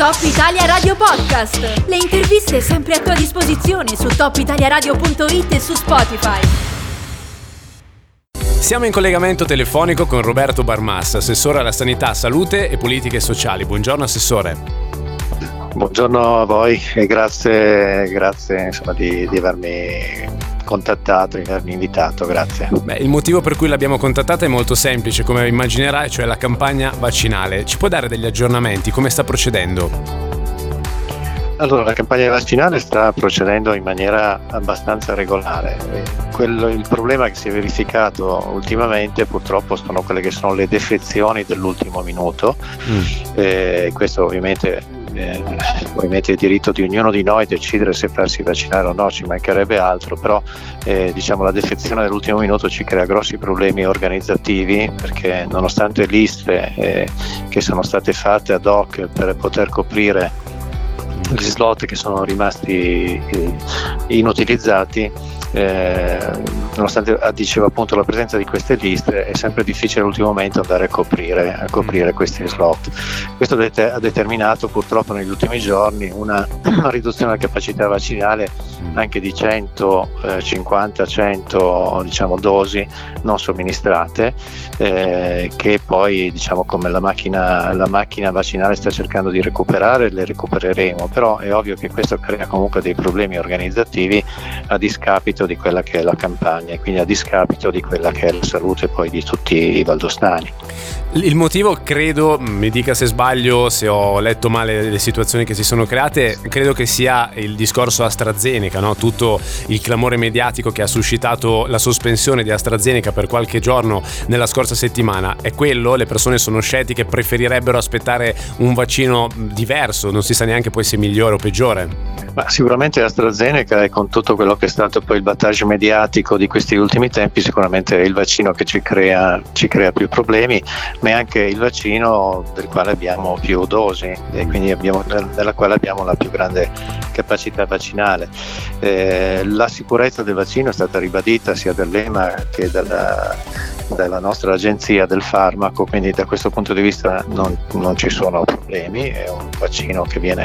Top Italia Radio Podcast. Le interviste sempre a tua disposizione su topitaliaradio.it e su Spotify. Siamo in collegamento telefonico con Roberto Barmassa, assessore alla sanità, salute e politiche sociali. Buongiorno assessore. Buongiorno a voi e grazie insomma, di avermi contattato, di avermi invitato, grazie. Il motivo per cui l'abbiamo contattata è molto semplice, come immaginerai, cioè la campagna vaccinale. Ci può dare degli aggiornamenti? Come sta procedendo? Allora, la campagna vaccinale sta procedendo in maniera abbastanza regolare. Il problema che si è verificato ultimamente purtroppo sono quelle che sono le defezioni dell'ultimo minuto. Questo ovviamente è diritto di ognuno di noi decidere se farsi vaccinare o no, ci mancherebbe altro, però la defezione dell'ultimo minuto ci crea grossi problemi organizzativi, perché nonostante liste che sono state fatte ad hoc per poter coprire gli slot che sono rimasti inutilizzati, nonostante dicevo appunto la presenza di queste liste, è sempre difficile all'ultimo momento andare a coprire questi slot. Questo ha determinato purtroppo negli ultimi giorni una riduzione della capacità vaccinale anche di 150-100 dosi non somministrate, che poi come la macchina vaccinale sta cercando di recuperare, le recupereremo, però è ovvio che questo crea comunque dei problemi organizzativi a discapito di quella che è la campagna e quindi a discapito di quella che è la salute poi di tutti i valdostani. Il motivo, credo, mi dica se sbaglio, se ho letto male le situazioni che si sono create, credo che sia il discorso AstraZeneca, no? Tutto il clamore mediatico che ha suscitato la sospensione di AstraZeneca per qualche giorno nella scorsa settimana. È quello? Le persone sono scettiche, preferirebbero aspettare un vaccino diverso, non si sa neanche poi se migliore o peggiore? Ma sicuramente AstraZeneca, e con tutto quello che è stato poi il battage mediatico di questi ultimi tempi, sicuramente è il vaccino che ci crea più problemi, ma è anche il vaccino del quale abbiamo più dosi e quindi nella quale abbiamo la più grande capacità vaccinale. La sicurezza del vaccino è stata ribadita sia dall'EMA che dalla nostra agenzia del farmaco, quindi da questo punto di vista non ci sono problemi. È un vaccino che è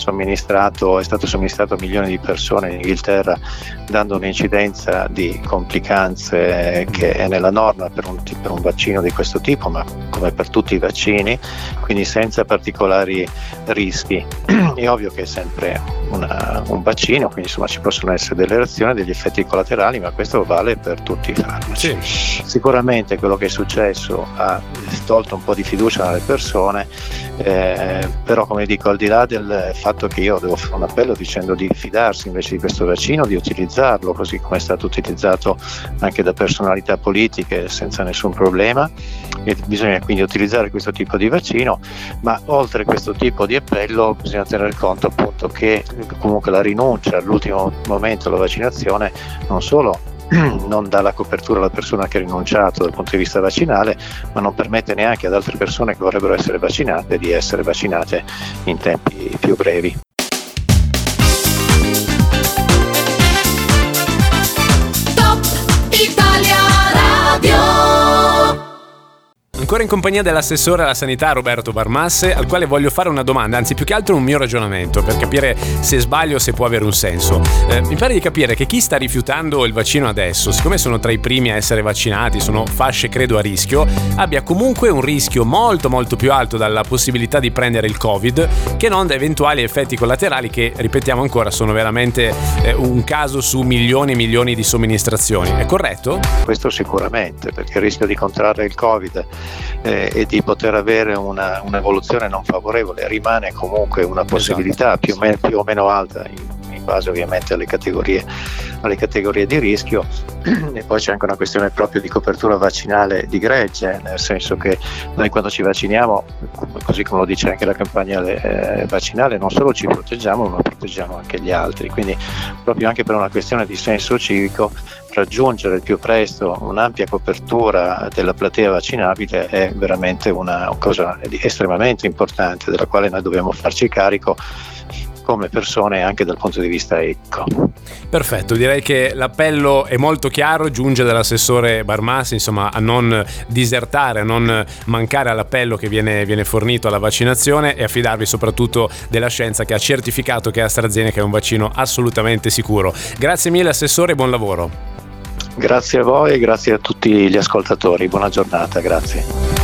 stato somministrato a milioni di persone in Inghilterra, dando un'incidenza di complicanze che è nella norma per un vaccino di questo tipo, ma come per tutti i vaccini, quindi senza particolari rischi. È ovvio che è sempre un vaccino, quindi insomma ci possono essere delle reazioni, degli effetti collaterali, ma questo vale per tutti i farmaci. Sì. Sicuramente quello che è successo ha tolto un po' di fiducia alle persone, però come dico, al di là del fatto che io devo fare un appello dicendo di fidarsi invece di questo vaccino, di utilizzarlo così come è stato utilizzato anche da personalità politiche senza nessun problema, e bisogna quindi utilizzare questo tipo di vaccino, ma oltre questo tipo di appello bisogna tener conto appunto che comunque la rinuncia all'ultimo momento alla vaccinazione non solo non dà la copertura alla persona che ha rinunciato dal punto di vista vaccinale, ma non permette neanche ad altre persone che vorrebbero essere vaccinate di essere vaccinate in tempi più brevi. Top Italia Radio. Ancora in compagnia dell'assessore alla sanità Roberto Barmasse, al quale voglio fare una domanda, anzi più che altro un mio ragionamento, per capire se sbaglio o se può avere un senso. Mi pare di capire che chi sta rifiutando il vaccino adesso, siccome sono tra i primi a essere vaccinati, sono fasce credo a rischio, abbia comunque un rischio molto molto più alto dalla possibilità di prendere il Covid che non da eventuali effetti collaterali che, ripetiamo ancora, sono veramente un caso su milioni e milioni di somministrazioni. È corretto? Questo sicuramente, perché il rischio di contrarre il Covid e di poter avere un'evoluzione non favorevole rimane comunque una possibilità, più o meno alta in base ovviamente alle categorie di rischio. E poi c'è anche una questione proprio di copertura vaccinale di gregge, nel senso che noi quando ci vacciniamo, così come lo dice anche la campagna vaccinale, non solo ci proteggiamo ma proteggiamo anche gli altri, quindi proprio anche per una questione di senso civico raggiungere il più presto un'ampia copertura della platea vaccinabile è veramente una cosa estremamente importante, della quale noi dobbiamo farci carico come persone anche dal punto di vista etico. Perfetto, direi che l'appello è molto chiaro, giunge dall'assessore Barmassi, insomma, a non disertare, a non mancare all'appello che viene fornito alla vaccinazione e a fidarvi soprattutto della scienza che ha certificato che AstraZeneca è un vaccino assolutamente sicuro. Grazie mille assessore e buon lavoro. Grazie a voi e grazie a tutti gli ascoltatori, buona giornata, grazie.